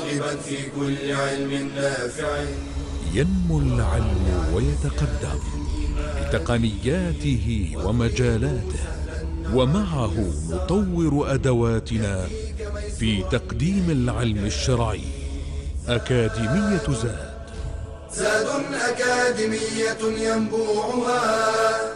راغبا في كل علم نافع. ينمو العلم ويتقدم بتقنياته ومجالاته، ومعه نطور أدواتنا في تقديم العلم الشرعي. أكاديمية زاد أكاديمية ينبوعها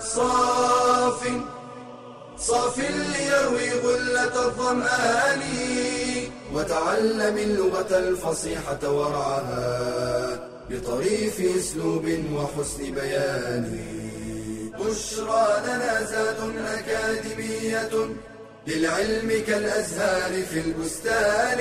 صاف ليروي غلة الظمآن، وتعلم اللغة الفصيحة ورعاها بطريف أسلوب وحسن بيان. بشرى لنا زاد أكاديمية للعلم كالأزهار في البستان.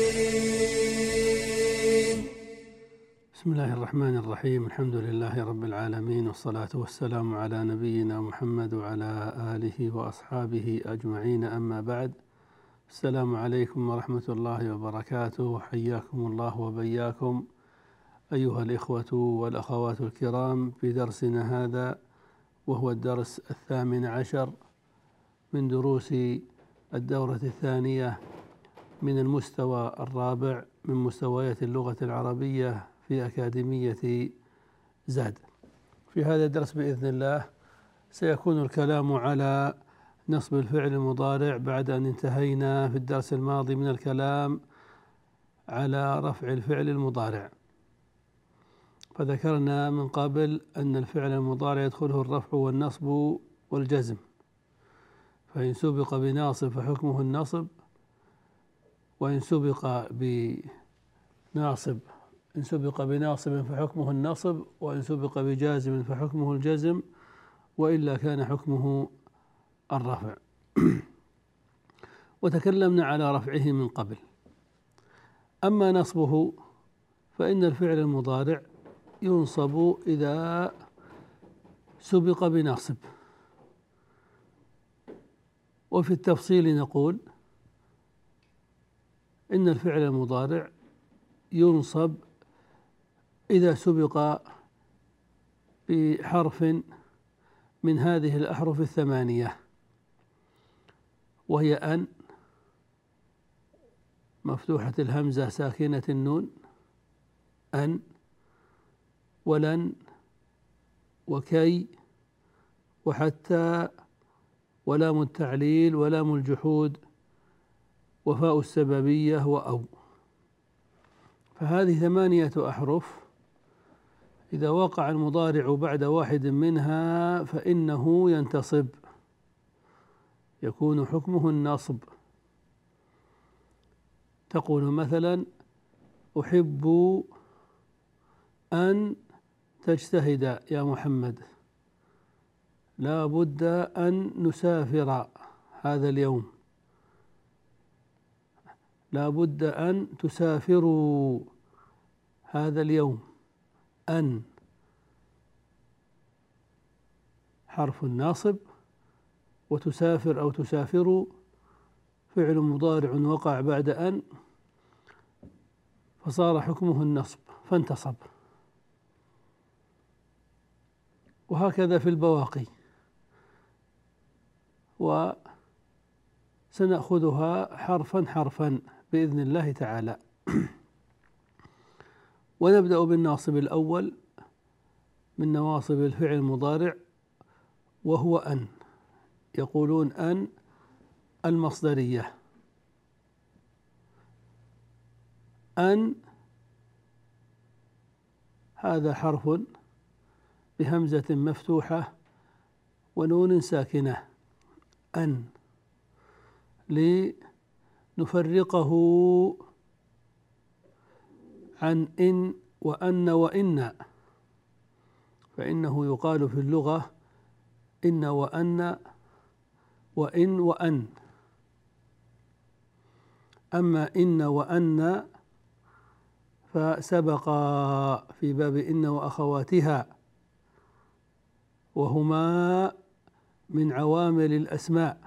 بسم الله الرحمن الرحيم. الحمد لله رب العالمين، والصلاة والسلام على نبينا محمد وعلى آله وأصحابه أجمعين، أما بعد. السلام عليكم ورحمة الله وبركاته. حياكم الله وبياكم أيها الإخوة والأخوات الكرام في درسنا هذا، وهو الدرس 18 من دروس الدورة الثانية من المستوى الرابع من مستويات اللغة العربية في أكاديمية زاد. في هذا الدرس بإذن الله سيكون الكلام على نصب الفعل المضارع، بعد أن انتهينا في الدرس الماضي من الكلام على رفع الفعل المضارع. فذكرنا من قبل أن الفعل المضارع يدخله الرفع والنصب والجزم، فإن سبق بناصب فحكمه النصب، وإن سبق بناصب فحكمه النصب، وإن سبق بجازم فحكمه الجزم، وإلا كان حكمه الرفع. وتكلمنا على رفعه من قبل. أما نصبه فإن الفعل المضارع ينصب إذا سبق بناصب، وفي التفصيل نقول إن الفعل المضارع ينصب إذا سبق بحرف من هذه الأحرف الثمانية، وهي أن، مفتوحة الهمزة ساكنة النون، أن، ولن، وكي، وحتى، ولام التعليل، ولام الجحود، وفاء السببية، وأو. فهذه 8 أحرف، إذا وقع المضارع بعد واحد منها فإنه ينتصب، يكون حكمه النصب. تقول مثلا: أحب أن تجتهد يا محمد، لا بد أن نسافر هذا اليوم، لا بد أن تسافروا هذا اليوم. أن حرف ناصب، وتسافر أو تسافروا فعل مضارع وقع بعد أن، فصار حكمه النصب فانتصب. وهكذا في البواقي، وسنأخذها حرفا حرفا بإذن الله تعالى. ونبدأ بالناصب الأول من نواصب الفعل المضارع، وهو أن. يقولون أن المصدرية. أن هذا حرف بهمزة مفتوحة ونون ساكنة، أن، لنفرقه عن إن وأن وإن، فإنه يقال في اللغة إن وأن وإن وأن. أما إن وأن فسبق في باب إن وأخواتها، وهما من عوامل الأسماء،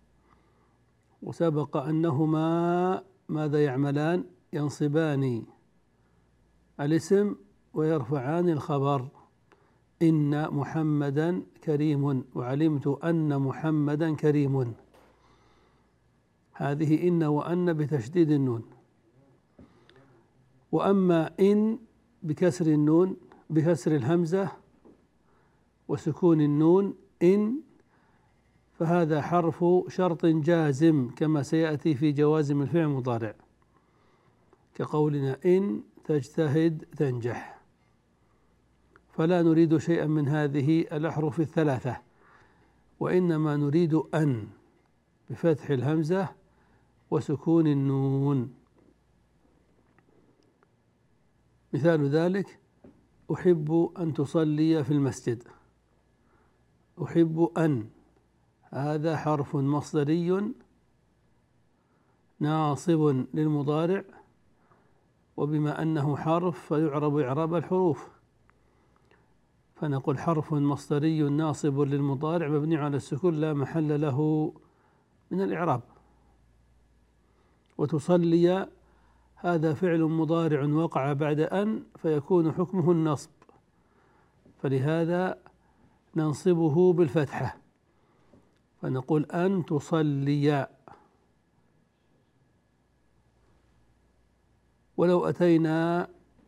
وسبق أنهما ماذا يعملان؟ ينصبان الاسم ويرفعان الخبر. إن محمدا كريم، وعلمت أن محمدا كريم. هذه إن وأن بتشديد النون. وأما إن بكسر النون بكسر الهمزة وسكون النون إن، فهذا حرف شرط جازم كما سيأتي في جوازم الفعل المضارع، كقولنا إن تجتهد تنجح، فلا نريد شيئا من هذه الأحرف الثلاثة، وإنما نريد أن بفتح الهمزة وسكون النون. مثال ذلك: أحب أن تصلي في المسجد. أحب أن، هذا حرف مصدري ناصب للمضارع، وبما أنه حرف فيعرب إعراب الحروف، فنقول حرف مصدري ناصب للمضارع مبني على السكون لا محل له من الإعراب. وتصلي هذا فعل مضارع وقع بعد أن، فيكون حكمه النصب، فلهذا ننصبه بالفتحة، فنقول أن تصلي. ولو أتينا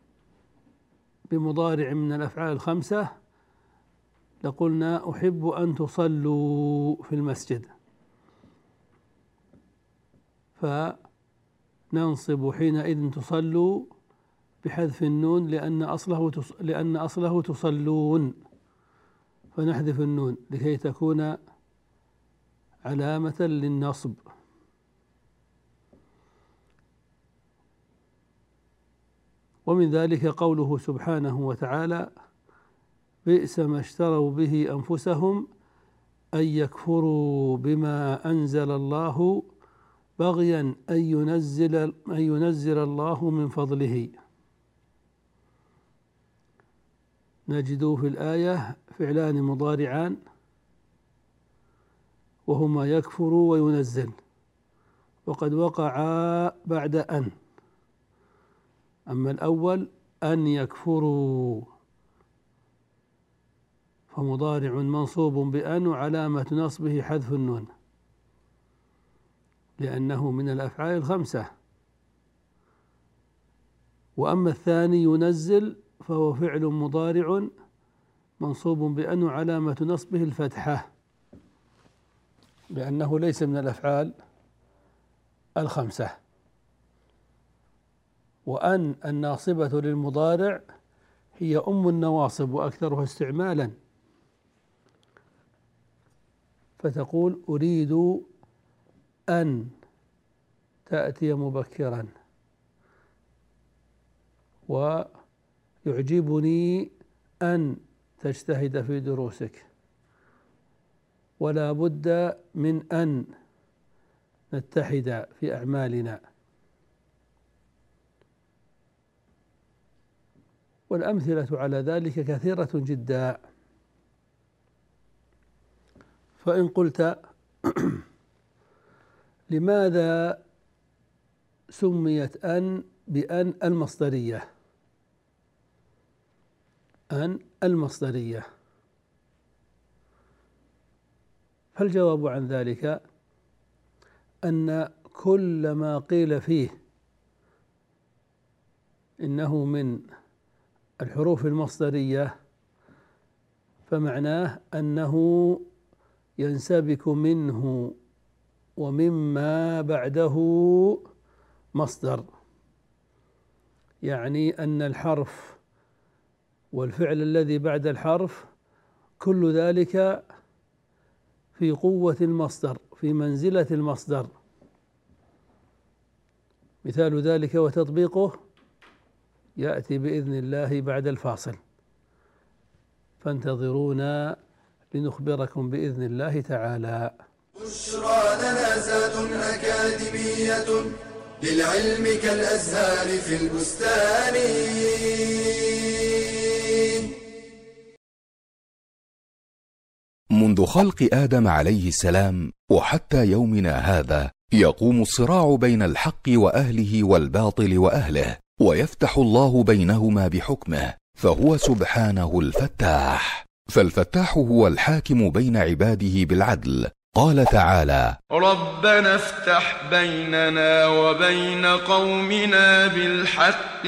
بمضارع من الأفعال الخمسة لقلنا أحب أن تصلوا في المسجد، فننصب حينئذ تصلوا بحذف النون لأن أصله تصلون، فنحذف النون لكي تكون علامة للنصب. ومن ذلك قوله سبحانه وتعالى: بئس ما اشتروا به أنفسهم أن يكفروا بما أنزل الله بغيا أن ينزل الله من فضله. نجد في الآية فعلان مضارعان وهما يكفر وينزل، وقد وقعا بعد أن. أما الأول أن يكفروا فمضارع منصوب بأن وعلامة نصبه حذف النون لأنه من الأفعال الخمسة. وأما الثاني ينزل فهو فعل مضارع منصوب بأن وعلامة نصبه الفتحة لأنه ليس من الأفعال الخمسة. وأن الناصبة للمضارع هي أم النواصب وأكثرها استعمالا، فتقول أريد أن تأتي مبكرا، ويعجبني أن تجتهد في دروسك، ولا بد من أن نتحد في أعمالنا. والأمثلة على ذلك كثيرة جدا. فإن قلت لماذا سميت أن بأن المصدرية؟ أن المصدرية، فالجواب عن ذلك أن كل ما قيل فيه إنه من الحروف المصدرية فمعناه أنه ينسبك منه ومما بعده مصدر، يعني أن الحرف والفعل الذي بعد الحرف كل ذلك في قوة المصدر، في منزلة المصدر. مثال ذلك وتطبيقه يأتي بإذن الله بعد الفاصل، فانتظرونا لنخبركم بإذن الله تعالى. بشرى لنا زاد أكاديمية للعلم كالأزهار في البستان. منذ خلق آدم عليه السلام وحتى يومنا هذا يقوم الصراع بين الحق وأهله والباطل وأهله، ويفتح الله بينهما بحكمه، فهو سبحانه الفتاح. فالفتاح هو الحاكم بين عباده بالعدل، قال تعالى: ربنا افتح بيننا وبين قومنا بالحق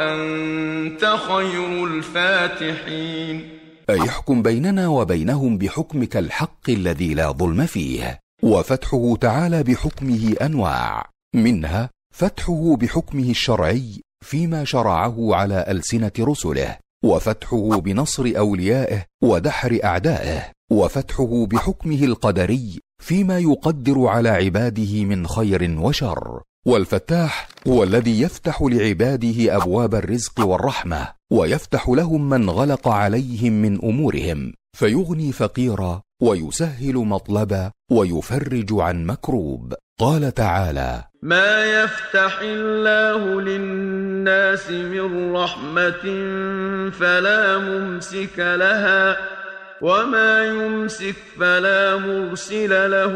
وأنت خير الفاتحين. أي احكم بيننا وبينهم بحكمك الحق الذي لا ظلم فيه. وفتحه تعالى بحكمه أنواع، منها فتحه بحكمه الشرعي فيما شرعه على ألسنة رسله، وفتحه بنصر أوليائه ودحر أعدائه، وفتحه بحكمه القدري فيما يقدر على عباده من خير وشر. والفتاح هو الذي يفتح لعباده أبواب الرزق والرحمة، ويفتح لهم من غلق عليهم من أمورهم، فيغني فقيرا ويسهل مطلبا ويفرج عن مكروب. قال تعالى: ما يفتح الله للناس من رحمة فلا ممسك لها وما يمسك فلا مرسل له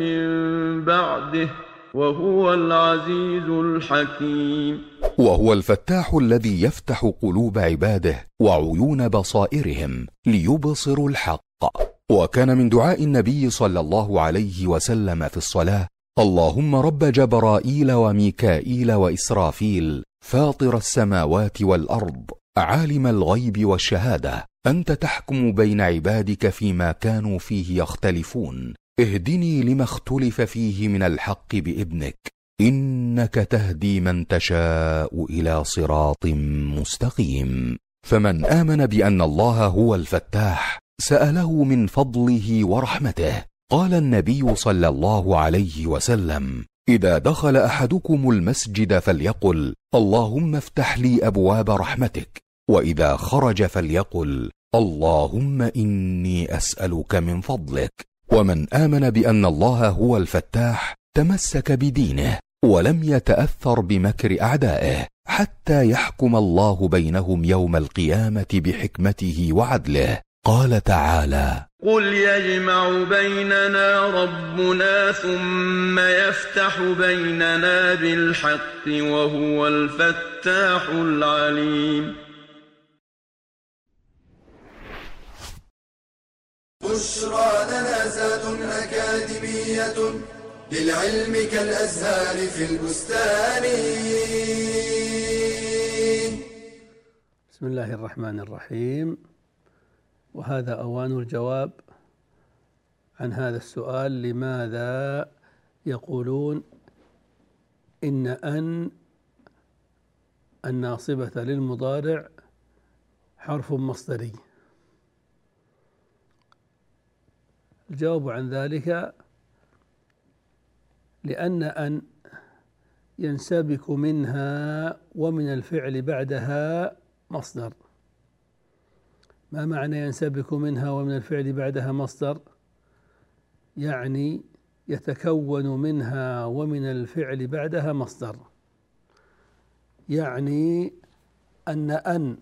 من بعده وهو العزيز الحكيم. وهو الفتاح الذي يفتح قلوب عباده وعيون بصائرهم ليبصروا الحق. وكان من دعاء النبي صلى الله عليه وسلم في الصلاة: اللهم رب جبرائيل وميكائيل وإسرافيل فاطر السماوات والأرض عالم الغيب والشهادة، أنت تحكم بين عبادك فيما كانوا فيه يختلفون، اهدني لما اختلف فيه من الحق بإذنك، إنك تهدي من تشاء إلى صراط مستقيم. فمن آمن بأن الله هو الفتاح سأله من فضله ورحمته. قال النبي صلى الله عليه وسلم: إذا دخل أحدكم المسجد فليقل اللهم افتح لي أبواب رحمتك، وإذا خرج فليقل اللهم إني أسألك من فضلك. ومن آمن بأن الله هو الفتاح تمسك بدينه ولم يتأثر بمكر أعدائه حتى يحكم الله بينهم يوم القيامة بحكمته وعدله. قال تعالى: قل يجمع بيننا ربنا ثم يفتح بيننا بالحق وهو الفتاح العليم. بشرى لنا زاد أكاديمية للعلم كالأزهار في البستان. بسم الله الرحمن الرحيم. وهذا أوان الجواب عن هذا السؤال: لماذا يقولون إن الناصبة للمضارع حرف مصدري؟ الجواب عن ذلك: لأن ينسبك منها ومن الفعل بعدها مصدر. ما معنى ينسبك منها ومن الفعل بعدها مصدر؟ يعني يتكون منها ومن الفعل بعدها مصدر، يعني أن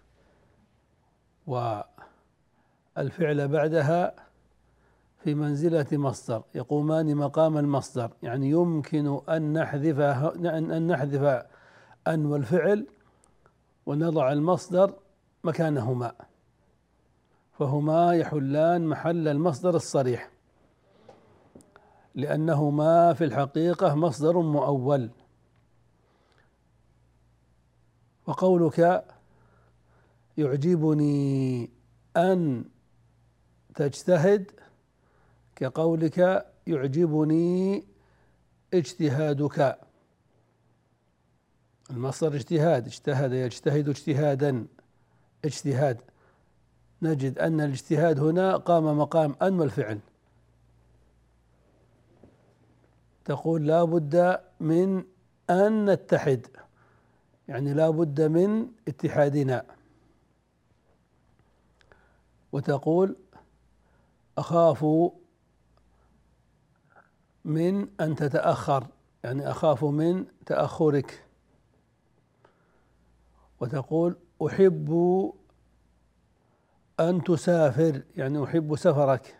والفعل بعدها في منزلة مصدر، يقومان مقام المصدر، يعني يمكن أن نحذف أن والفعل ونضع المصدر مكانهما، فهما يحلان محل المصدر الصريح، لأنهما في الحقيقة مصدر مؤول. وقولك يعجبني أن تجتهد كقولك يعجبني اجتهادك. المصدر اجتهاد، اجتهد يجتهد اجتهادا، اجتهاد. نجد أن الاجتهاد هنا قام مقام أن والفعل. تقول لا بد من أن نتحد، يعني لا بد من اتحادنا. وتقول أخاف من أن تتأخر، يعني أخاف من تأخرك. وتقول أحب أن تسافر، يعني أحب سفرك،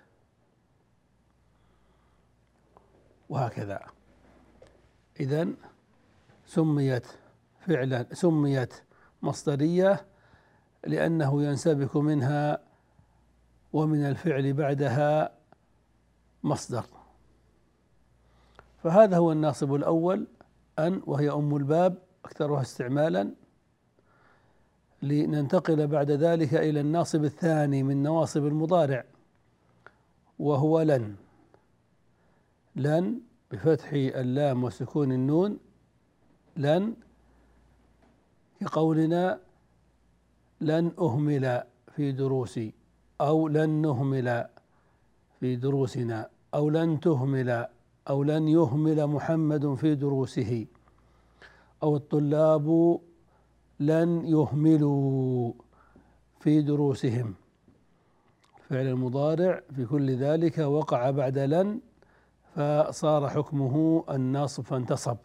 وهكذا. إذن سميت فعلا، سميت مصدرية لأنه ينسبك منها ومن الفعل بعدها مصدر. فهذا هو الناصب الأول أن، وهي أم الباب أكثرها استعمالا. لننتقل بعد ذلك إلى الناصب الثاني من نواصب المضارع، وهو لن. لن بفتح اللام وسكون النون، لن كقولنا لن أهمل في دروسي، أو لن نهمل في دروسنا، أو لن تهمل، أو لن يهمل محمد في دروسه، أو الطلاب لن يهملوا في دروسهم. فعل المضارع في كل ذلك وقع بعد لن، فصار حكمه النصب فانتصب.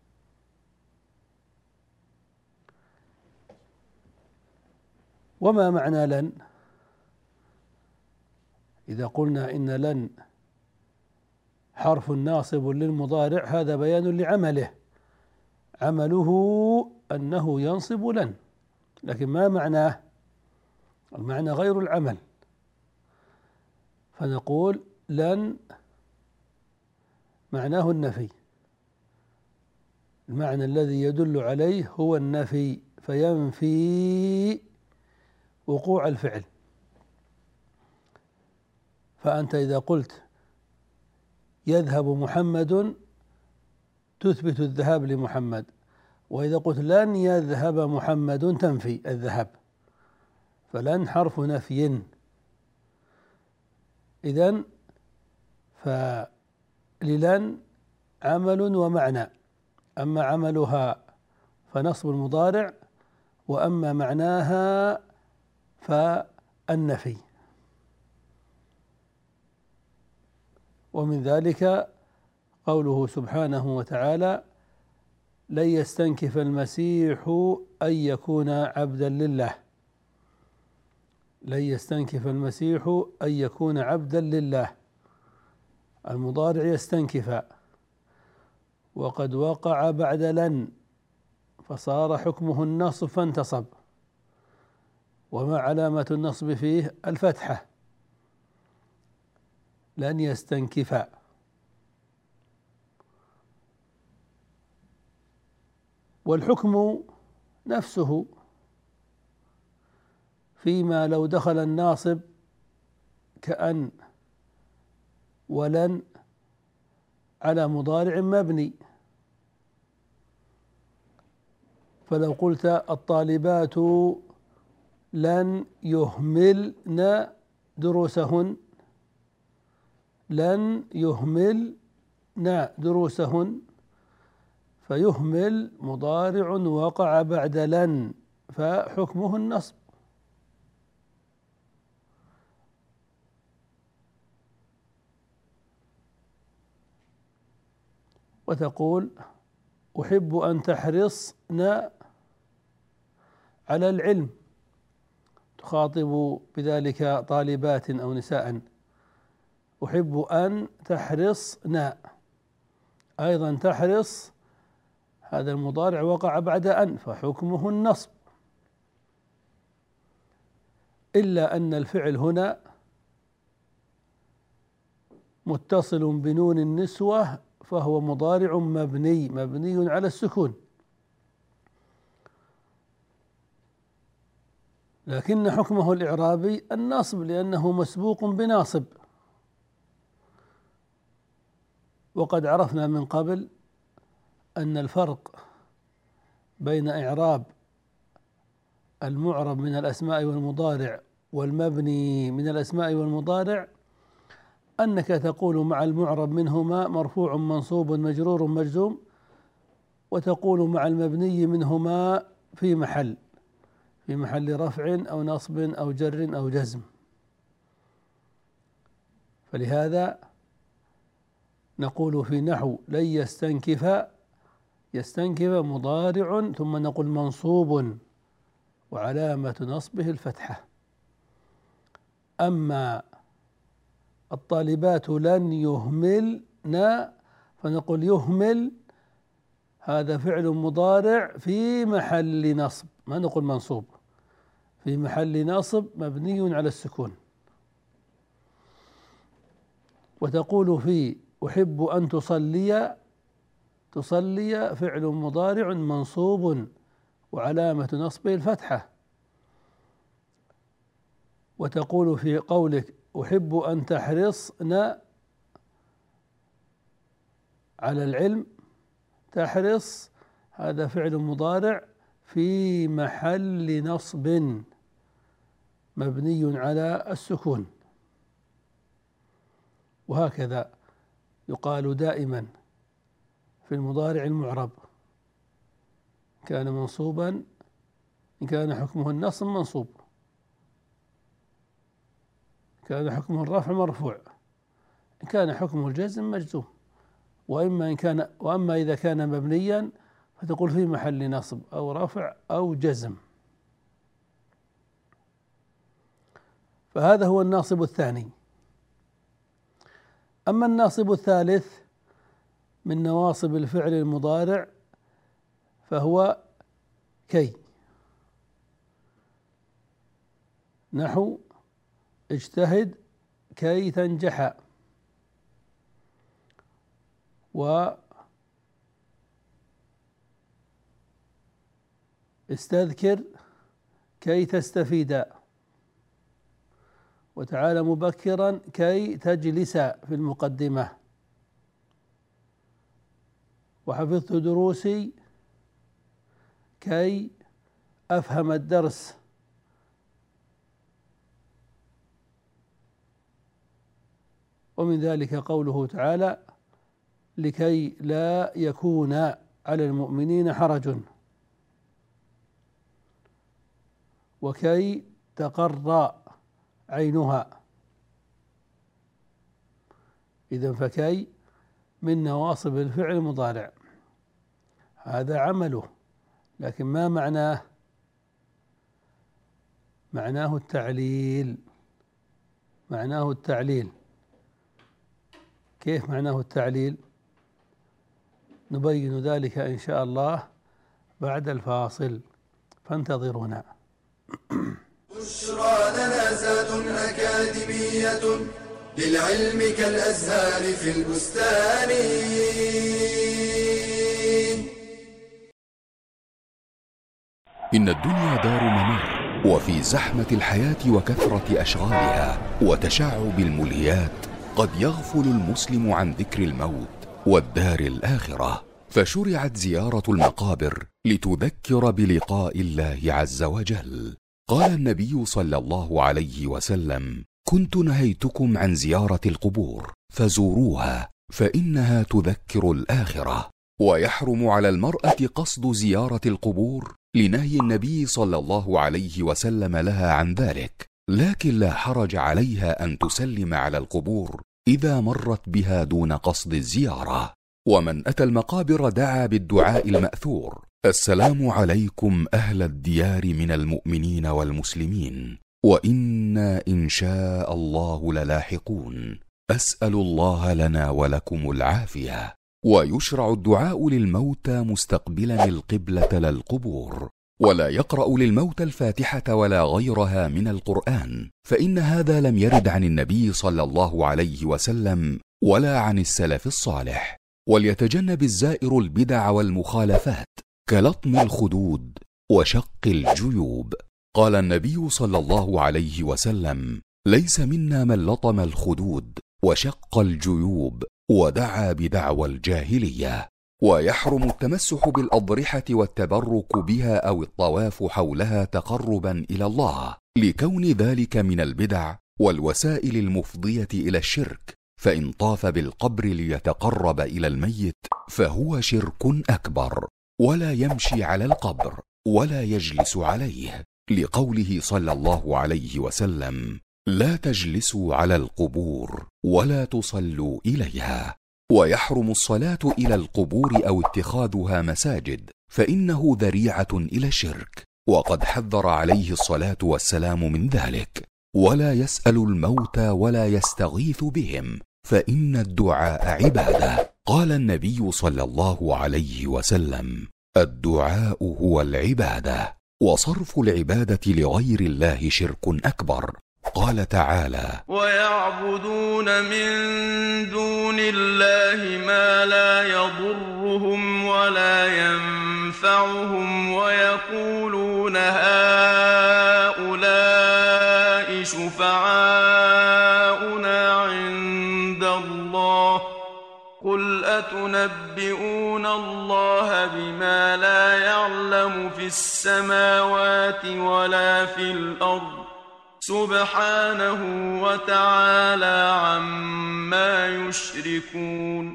وما معنى لن؟ إذا قلنا إن لن حرف ناصب للمضارع، هذا بيان لعمله، عمله أنه ينصب لن، لكن ما معناه؟ المعنى غير العمل. فنقول لن معناه النفي، المعنى الذي يدل عليه هو النفي، فينفي وقوع الفعل. فأنت إذا قلت يذهب محمد تثبت الذهاب لمحمد، وإذا قلت لن يذهب محمد تنفي الذهاب، فلن حرف نفي. إذن فللن عمل ومعنى، أما عملها فنصب المضارع، وأما معناها فالنفي. ومن ذلك قوله سبحانه وتعالى: لن يستنكف المسيح أن يكون عبدا لله. لن يستنكف المسيح أن يكون عبدا لله، المضارع يستنكف، وقد وقع بعد لن، فصار حكمه النصب فانتصب. وما علامة النصب فيه؟ الفتحة، لن يستنكف. والحكم نفسه فيما لو دخل الناصب كأن ولن على مضارع مبني، فلو قلت الطالبات لن يهملن دروسهن، لن يهملن دروسهن، فيهمل مضارع وقع بعد لن، فحكمه النصب. وتقول أحب أن تحرصن على العلم، تخاطب بذلك طالبات أو نساء. أحب أن تحرصن، أيضا تحرص هذا المضارع وقع بعد أن، فحكمه النصب، إلا أن الفعل هنا متصل بنون النسوة، فهو مضارع مبني على السكون، لكن حكمه الإعرابي النصب لأنه مسبوق بناصب. وقد عرفنا من قبل أن الفرق بين إعراب المعرب من الأسماء والمضارع والمبني من الأسماء والمضارع أنك تقول مع المعرب منهما مرفوع منصوب مجرور مجزوم، وتقول مع المبني منهما في محل رفع أو نصب أو جر أو جزم. فلهذا نقول في نحو لن يستنكف، يستنكف مضارع ثم نقول منصوب وعلامة نصبه الفتحة. أما الطالبات لن يهملن فنقول يهمل هذا فعل مضارع في محل نصب، ما نقول منصوب، في محل نصب مبني على السكون. وتقول في أحب أن تصلي تصلي فعل مضارع منصوب وعلامة نصبه الفتحة. وتقول في قولك أحب أن تحرصن على العلم، تحرص هذا فعل مضارع في محل نصب مبني على السكون. وهكذا يقال دائما في المضارع المعرب كان منصوبا إن كان حكمه النصب منصوب، كان حكمه الرفع مرفوع، إن كان حكمه الجزم مجزوم، وأما إذا كان مبنيا فتقول في محل نصب أو رفع أو جزم. فهذا هو الناصب الثاني. أما الناصب الثالث من نواصب الفعل المضارع فهو كي، نحو اجتهد كي تنجح، واستذكر كي تستفيد، وتعال مبكرا كي تجلس في المقدمة، وحفظت دروسي كي أفهم الدرس، ومن ذلك قوله تعالى لكي لا يكون على المؤمنين حرج، وكي تقر عينها. إذن فكي من نواصب الفعل المضارع، هذا عمله، لكن ما معناه؟ معناه التعليل. معناه التعليل. كيف معناه التعليل؟ نبين ذلك إن شاء الله بعد الفاصل، فانتظرونا. بشرى لنا زاد أكاديمية للعلم كالأزهار في البستان. إن الدنيا دار ممر، وفي زحمة الحياة وكثرة أشغالها وتشعب الملهيات قد يغفل المسلم عن ذكر الموت والدار الآخرة، فشرعت زيارة المقابر لتذكر بلقاء الله عز وجل. قال النبي صلى الله عليه وسلم: كنت نهيتكم عن زيارة القبور فزوروها فإنها تذكر الآخرة. ويحرم على المرأة قصد زيارة القبور لنهي النبي صلى الله عليه وسلم لها عن ذلك، لكن لا حرج عليها أن تسلم على القبور إذا مرت بها دون قصد الزيارة. ومن أتى المقابر دعا بالدعاء المأثور: السلام عليكم أهل الديار من المؤمنين والمسلمين، وإنا إن شاء الله للاحقون، أسأل الله لنا ولكم العافية. ويشرع الدعاء للموتى مستقبلا القبلة للقبور، ولا يقرأ للموتى الفاتحة ولا غيرها من القرآن، فإن هذا لم يرد عن النبي صلى الله عليه وسلم ولا عن السلف الصالح. وليتجنب الزائر البدع والمخالفات كلطم الخدود وشق الجيوب. قال النبي صلى الله عليه وسلم: ليس منا من لطم الخدود وشق الجيوب ودعا بدعوى الجاهلية. ويحرم التمسح بالأضرحة والتبرك بها أو الطواف حولها تقربا إلى الله، لكون ذلك من البدع والوسائل المفضية إلى الشرك، فإن طاف بالقبر ليتقرب إلى الميت فهو شرك أكبر. ولا يمشي على القبر ولا يجلس عليه، لقوله صلى الله عليه وسلم: لا تجلسوا على القبور ولا تصلوا إليها. ويحرم الصلاة إلى القبور أو اتخاذها مساجد، فإنه ذريعة إلى الشرك، وقد حذر عليه الصلاة والسلام من ذلك. ولا يسأل الموتى ولا يستغيث بهم، فإن الدعاء عبادة. قال النبي صلى الله عليه وسلم: الدعاء هو العبادة، وصرف العبادة لغير الله شرك أكبر. قال تعالى: ويعبدون من دون الله ما لا يضرهم ولا ينفعهم ويقولون هؤلاء شفعاؤنا عند الله قل أتنبئون الله بما لا يعلم في السماوات ولا في الأرض سبحانه وتعالى عما يشركون.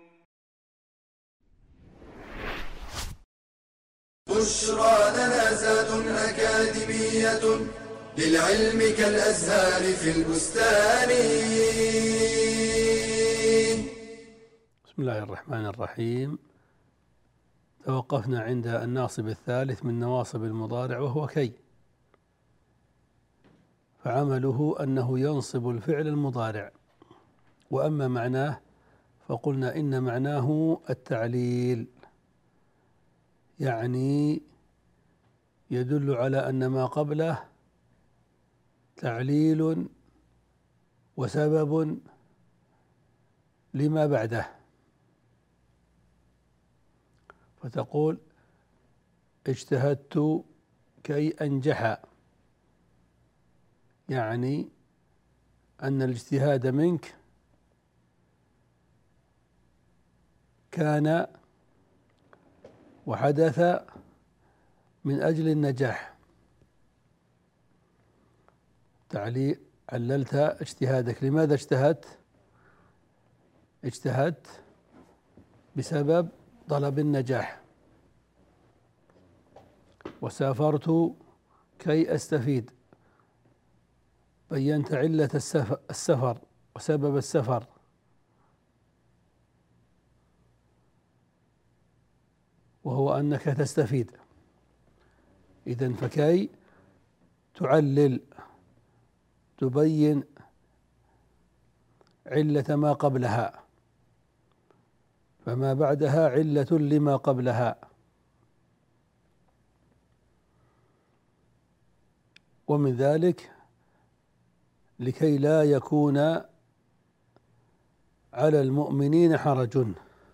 بشرى لنا زاد أكاديمية للعلم كالأزهار في البستان. بسم الله الرحمن الرحيم. توقفنا عند الناصب الثالث من نواصب المضارع وهو كي، فعمله أنه ينصب الفعل المضارع، وأما معناه فقلنا إن معناه التعليل، يعني يدل على أن ما قبله تعليل وسبب لما بعده، فتقول اجتهدت كي أنجح، يعني أن الاجتهاد منك كان وحدث من أجل النجاح. عللت اجتهادك. لماذا اجتهدت؟ اجتهدت بسبب طلب النجاح. وسافرت كي أستفيد، بينت علة السفر وسبب السفر. وهو أنك تستفيد. إذن فكي تعلل، تبين علة ما قبلها، فما بعدها علة لما قبلها. ومن ذلك لكي لا يكون على المؤمنين حرج.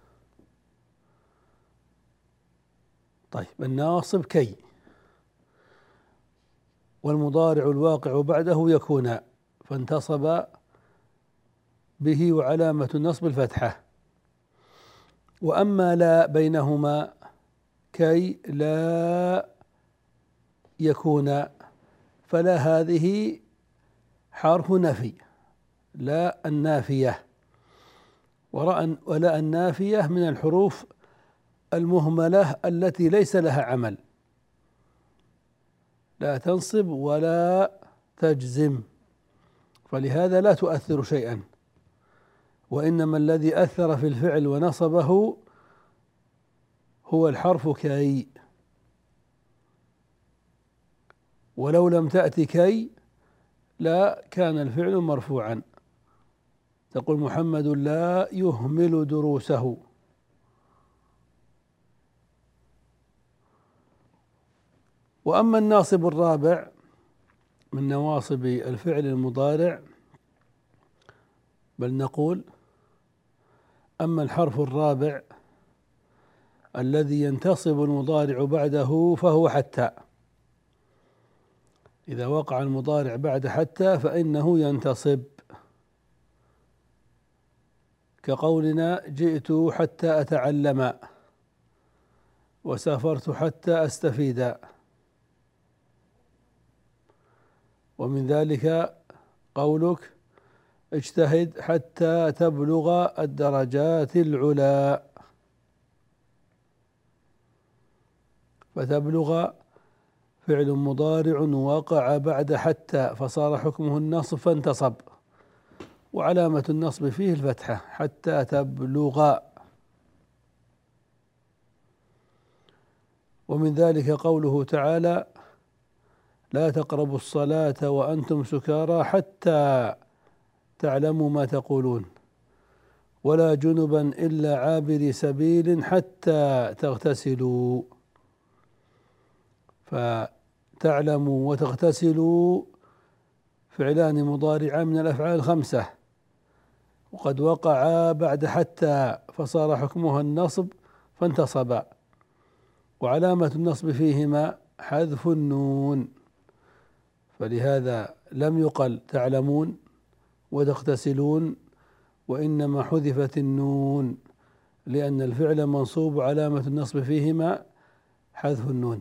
طيب، الناصب كي، والمضارع الواقع بعده يكون، فانتصب به وعلامة النصب الفتحة. وأما لا بينهما كي لا يكون، فلا هذه حرف نفي، لا النافية، ولا النافية من الحروف المهملة التي ليس لها عمل، لا تنصب ولا تجزم، فلهذا لا تؤثر شيئا، وإنما الذي أثر في الفعل ونصبه هو الحرف كي. ولو لم تأتي كي لا كان الفعل مرفوعا. تقول محمد لا يهمل دروسه. وأما الناصب الرابع من نواصب الفعل المضارع، بل نقول أما الحرف الرابع الذي ينتصب المضارع بعده فهو حتى. إذا وقع المضارع بعد حتى فإنه ينتصب، كقولنا جئت حتى أتعلم، وسافرت حتى أستفيد. ومن ذلك قولك اجتهد حتى تبلغ الدرجات العلى، فتبلغ فعل مضارع وقع بعد حتى فصار حكمه النصب فانتصب، وعلامة النصب فيه الفتحة حتى تبلغ. ومن ذلك قوله تعالى لا تقربوا الصلاة وأنتم سكارى حتى تعلموا ما تقولون، ولا جنبا إلا عابري سبيل حتى تغتسلوا. فتعلموا وتغتسلوا فعلان مضارعان من الأفعال الخمسة، وقد وقعا بعد حتى فصار حكمها النصب فانتصبا، وعلامة النصب فيهما حذف النون، فلهذا لم يقل تعلمون وتغتسلون، وإنما حذفت النون لأن الفعل منصوب، علامة النصب فيهما حذف النون.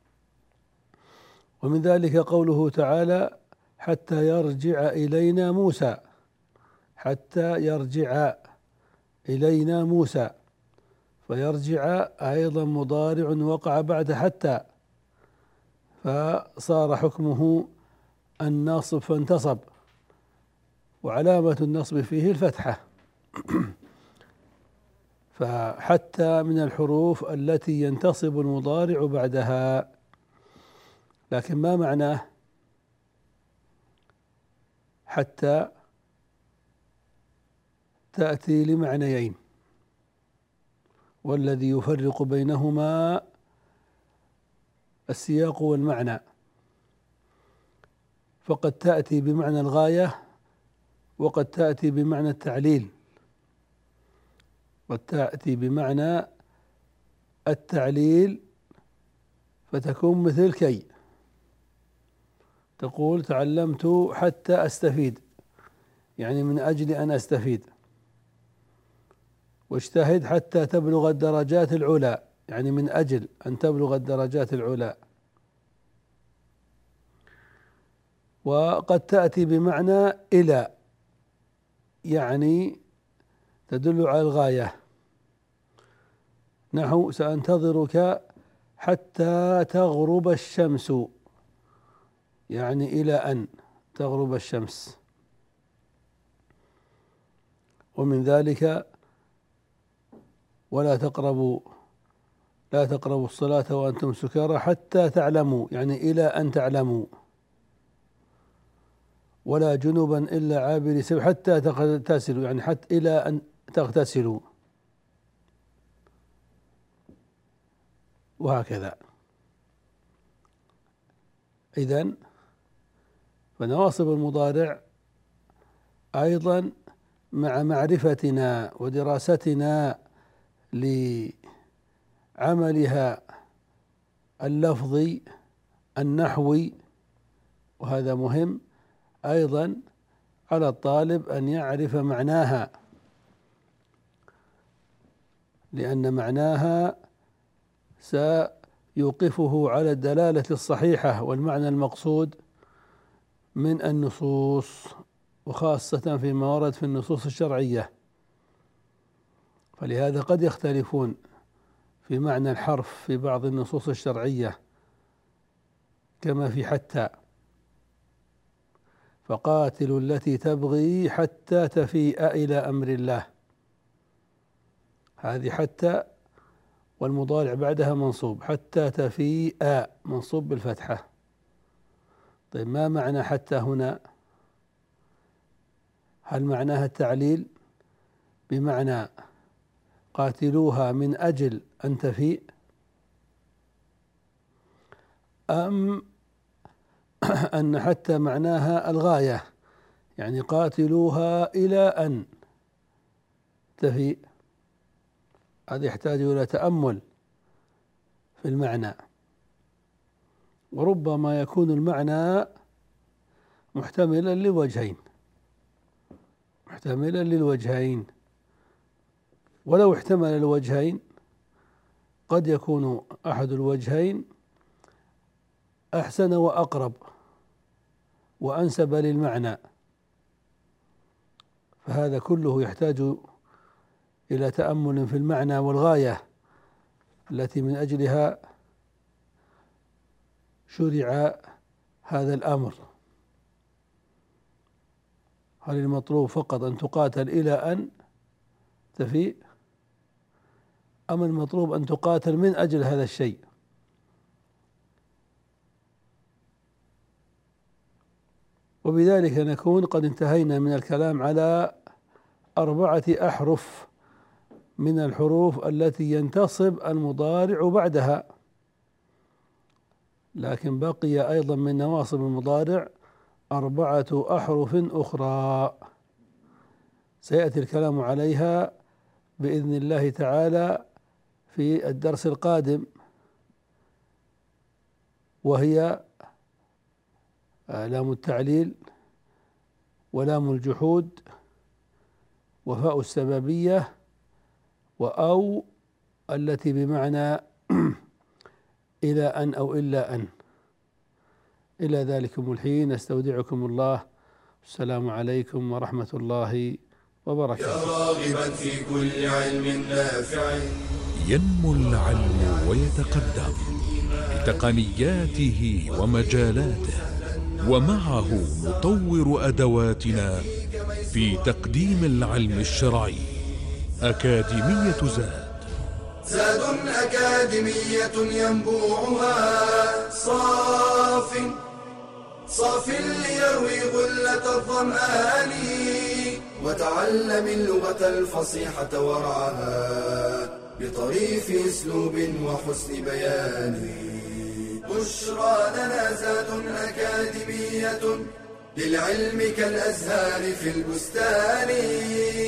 ومن ذلك قوله تعالى حتى يرجع إلينا موسى، حتى يرجع إلينا موسى، فيرجع أيضا مضارع وقع بعد حتى فصار حكمه النصب فانتصب، وعلامة النصب فيه الفتحة. فحتى من الحروف التي ينتصب المضارع بعدها. لكن ما معناه؟ حتى تأتي لمعنيين، والذي يفرق بينهما السياق والمعنى، فقد تأتي بمعنى الغاية، وقد تأتي بمعنى التعليل، قد تأتي بمعنى التعليل فتكون مثل كي، تقول تعلمت حتى أستفيد، يعني من أجل أن أستفيد، واجتهد حتى تبلغ الدرجات العلى، يعني من أجل أن تبلغ الدرجات العلى. وقد تأتي بمعنى إلى، يعني تدل على الغاية، نحو سأنتظرك حتى تغرب الشمس، يعني إلى أن تغرب الشمس. ومن ذلك لا تقربوا الصلاة وأنتم سكارى حتى تعلموا، يعني إلى أن تعلموا، ولا جنبا إلا عابري سبيل حتى تغتسلوا، يعني حتى إلى أن تغتسلوا، وهكذا. إذن فنواصب المضارع أيضا مع معرفتنا ودراستنا لعملها اللفظي النحوي، وهذا مهم أيضا على الطالب أن يعرف معناها، لأن معناها سيوقفه على الدلالة الصحيحة والمعنى المقصود من النصوص، وخاصة فيما ورد في النصوص الشرعية. فلهذا قد يختلفون في معنى الحرف في بعض النصوص الشرعية كما في حتى، فقاتلوا التي تبغي حتى تفيء إلى أمر الله، هذه حتى والمضارع بعدها منصوب، حتى تفيء منصوب بالفتحة. طيب ما معنى حتى هنا؟ هل معناها التعليل بمعنى قاتلوها من أجل أن تفيء، أم أن حتى معناها الغاية، يعني قاتلوها إلى أن تفيء؟ هذا يحتاج إلى تأمل في المعنى، وربما يكون المعنى محتملا للوجهين، ولو احتمل الوجهين قد يكون أحد الوجهين أحسن وأقرب وأنسب للمعنى، فهذا كله يحتاج إلى تأمل في المعنى والغاية التي من أجلها شرع هذا الأمر. هل المطلوب فقط أن تقاتل إلى أن تفيء، أم المطلوب أن تقاتل من أجل هذا الشيء؟ وبذلك نكون قد انتهينا من الكلام على 4 أحرف من الحروف التي ينتصب المضارع بعدها، لكن بقي أيضا من نواصب المضارع 4 أحرف أخرى سيأتي الكلام عليها بإذن الله تعالى في الدرس القادم، وهي لام التعليل ولام الجحود وفاء السببية وأو التي بمعنى إلى أن أو إلا أن. إلى ذلكم الحين استودعكم الله، السلام عليكم ورحمة الله وبركاته. يا راغبا في كل علم نافع ينمو العلم ويتقدم بتقنياته ومجالاته، ومعه نطور أدواتنا في تقديم العلم الشرعي. أكاديمية زاد أكاديمية ينبوعها صاف ليروي غلة الظمآن، وتعلم اللغة الفصيحة ورعاها بطريف أسلوب وحسن بيان. بشرى لنا زاد أكاديمية للعلم كالأزهار في البستان.